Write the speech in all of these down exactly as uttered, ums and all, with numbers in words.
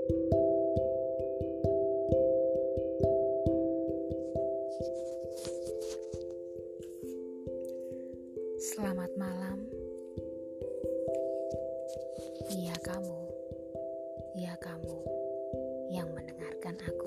Selamat malam. Iya kamu, iya kamu yang mendengarkan aku.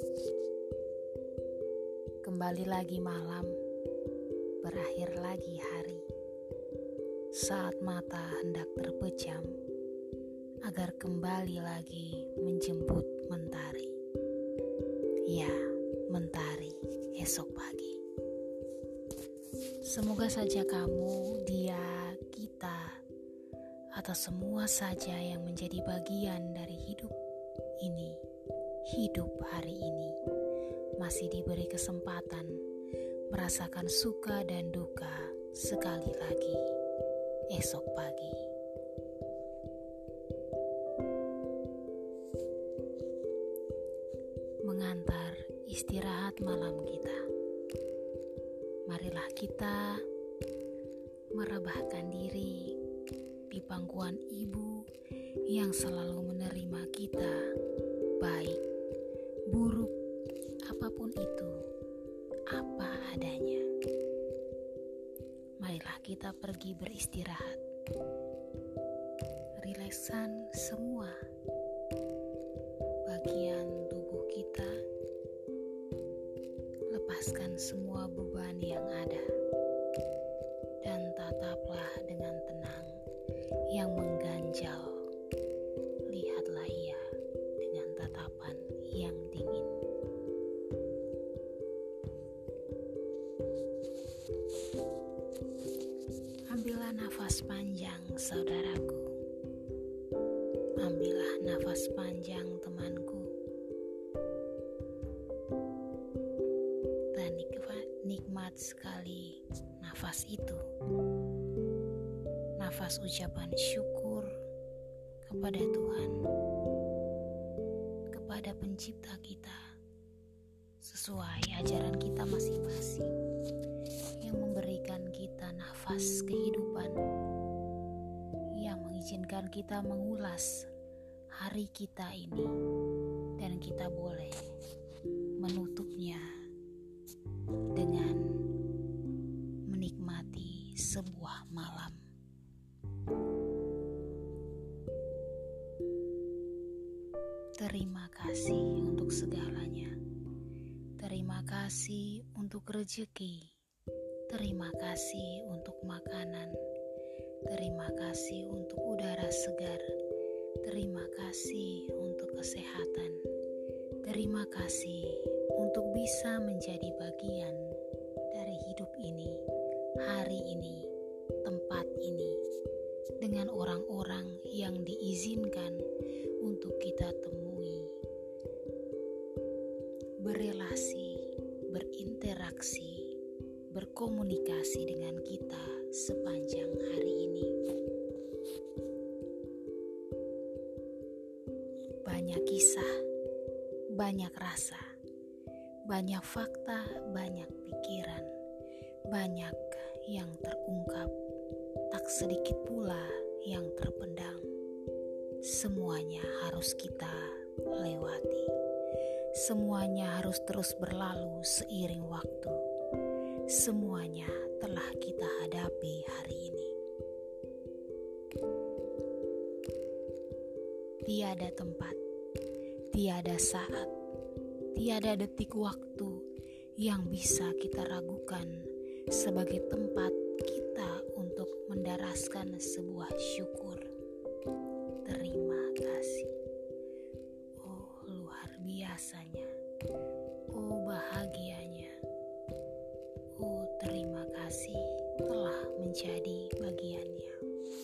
Kembali lagi malam, berakhir lagi hari. Saat mata hendak terpejam, agar kembali lagi menjemput mentari. Ya, mentari esok pagi. Semoga saja kamu, dia, kita, atau semua saja yang menjadi bagian dari hidup ini, hidup hari ini, masih diberi kesempatan merasakan suka dan duka sekali lagi esok pagi. Mengantar istirahat malam kita. Marilah kita merebahkan diri di pangkuan ibu yang selalu menerima kita, baik, buruk, apapun itu, apa adanya. Marilah kita pergi beristirahat, rilekskan semua bagian tubuh kita, lepaskan semua beban yang ada, dan tataplah dengan tenang yang mengganjal. Lihatlah ia dengan tatapan yang dingin. Ambillah nafas panjang, saudaraku. Ambillah nafas panjang, temanku. Dan nikmat sekali nafas itu. Nafas ucapan syukur kepada Tuhan, kepada pencipta kita, sesuai ajaran kita masing-masing, yang memberikan kita nafas kehidupan, yang mengizinkan kita mengulas hari kita ini, dan kita boleh menutupnya dengan menikmati sebuah malam. Terima kasih untuk segalanya. Terima kasih untuk rezeki. Terima kasih untuk makanan. Terima kasih untuk udara segar. Terima kasih untuk kesehatan. Terima kasih untuk bisa menjadi bagian dari hidup ini, hari ini, tempat ini, dengan orang-orang yang diizinkan untuk kita temui, berelasi, berinteraksi, berkomunikasi dengan kita sepanjang hari ini. Banyak kisah, banyak rasa, banyak fakta, banyak pikiran, banyak yang terungkap, tak sedikit pula yang terpendam. Semuanya harus kita lewati. Semuanya harus terus berlalu seiring waktu. Semuanya telah kita hadapi hari ini. Tiada tempat, tiada saat, tiada detik waktu yang bisa kita ragukan sebagai tempat kita untuk mendaraskan sebuah syukur. Terima kasih. Oh, luar biasanya. Oh, bahagianya. Oh, terima kasih telah menjadi bagiannya.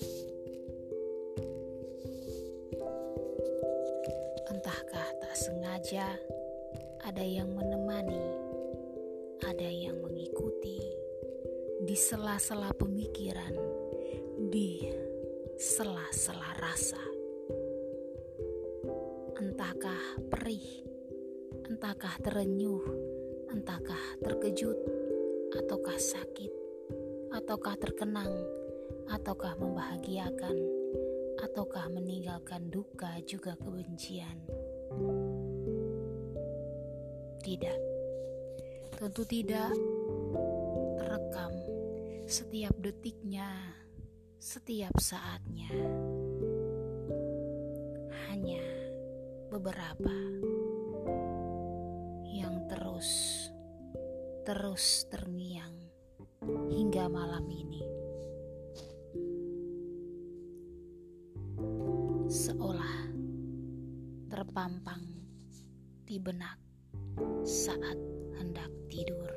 Entahkah tak sengaja ada yang menemani, ada yang mengikuti di sela-sela pemikiran, di sela-sela rasa. Entahkah perih, entahkah terenyuh, entahkah terkejut, ataukah sakit, ataukah terkenang, ataukah membahagiakan, ataukah meninggalkan duka juga kebencian? Tidak, tentu tidak. Terekam setiap detiknya, setiap saatnya. Hanya beberapa yang terus terus terngiang hingga malam ini, seolah terpampang di benak saat hendak tidur.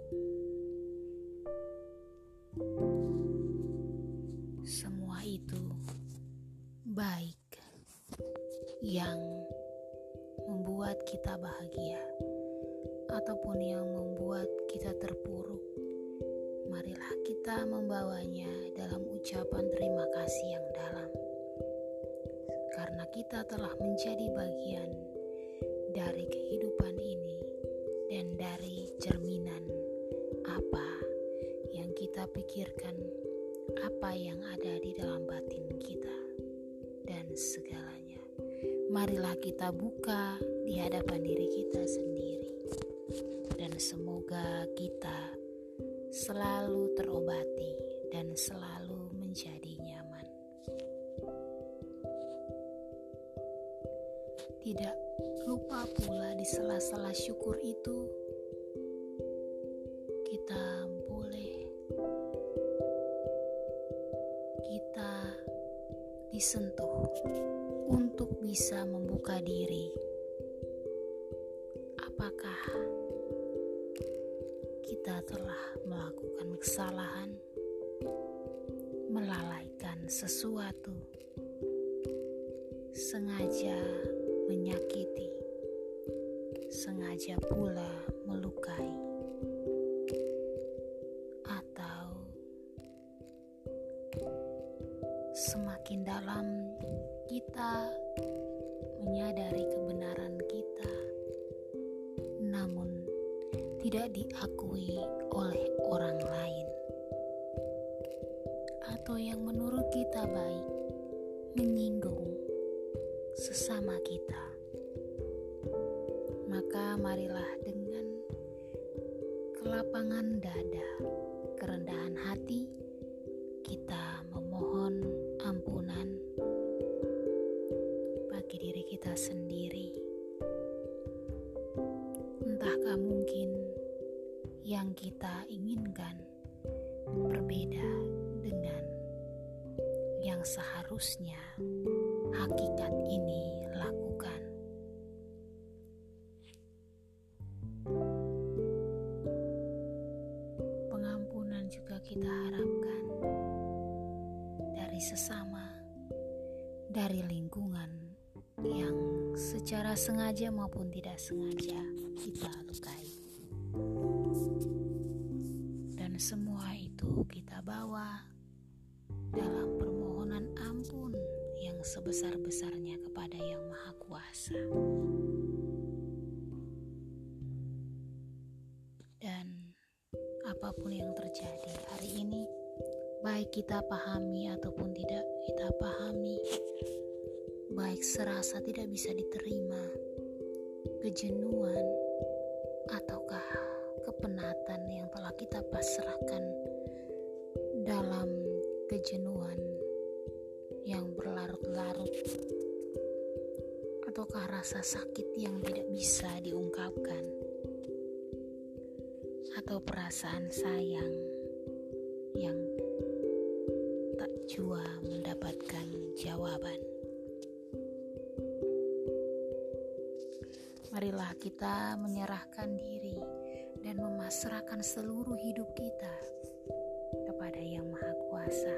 Semua itu baik yang membuat kita bahagia ataupun yang membuat kita terpuruk. Marilah kita membawanya dalam ucapan terima kasih yang dalam, karena kita telah menjadi bagian dari kehidupan ini dan dari cerminan apa yang kita pikirkan, apa yang ada di dalam batin kita dan segalanya. Marilah kita buka di hadapan diri kita sendiri, dan semoga kita selalu terobati dan selalu menjadi nyaman. Tidak lupa pula di sela-sela syukur itu kita boleh kita disentuh untuk bisa membuka diri. Apakah kita telah melakukan kesalahan, melalaikan sesuatu, sengaja menyakiti, sengaja pula melukai, atau semakin dalam kita menyadari kebenaran kita, namun tidak diakui oleh orang lain, atau yang menurut kita baik menyinggung sesama kita. Maka marilah dengan kelapangan dada, kerendahan hati, kita memohon ampunan bagi diri kita sendiri. Entahkah mungkin yang kita inginkan berbeda dengan yang seharusnya hakikat ini lakukan. Pengampunan juga kita harapkan dari sesama, dari lingkungan yang secara sengaja maupun tidak sengaja kita lukai. Dan semua itu kita bawa dalam permohonan ampun yang sebesar-besarnya kepada Yang Maha Kuasa. Dan apapun yang terjadi hari ini, baik kita pahami ataupun tidak kita pahami, baik serasa tidak bisa diterima, kejenuhan, ataukah kepenatan yang telah kita pasrahkan dalam kejenuhan yang berlarut-larut, ataukah rasa sakit yang tidak bisa diungkapkan, atau perasaan sayang yang tak jua mendapatkan jawaban. Marilah kita menyerahkan diri dan memasrahkan seluruh hidup kita kepada Yang Maha Kuasa.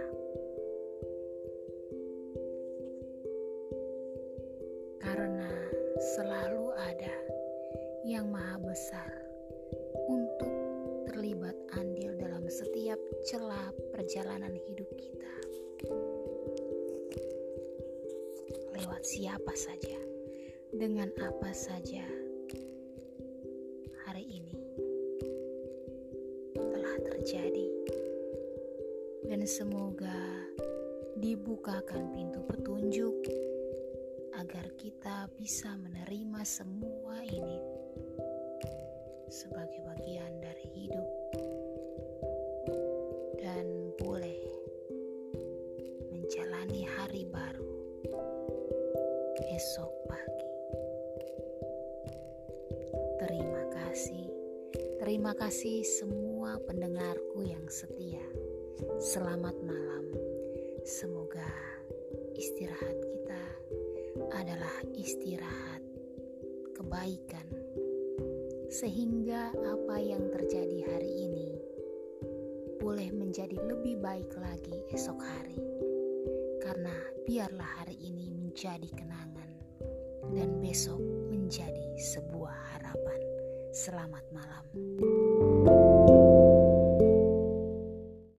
Karena selalu ada Yang Maha Besar untuk terlibat andil dalam setiap celah perjalanan hidup kita. Lewat siapa saja, dengan apa saja, hari ini telah terjadi. Dan semoga dibukakan pintu petunjuk agar kita bisa menerima semua ini sebagai bagian dari hidup dan boleh menjalani hari baru esok pagi. Terima kasih, terima kasih semua pendengarku yang setia. Selamat malam. Semoga istirahat kita adalah istirahat kebaikan, sehingga apa yang terjadi hari ini boleh menjadi lebih baik lagi esok hari. Karena biarlah hari ini menjadi kenangan dan besok menjadi sebuah harapan. Selamat malam.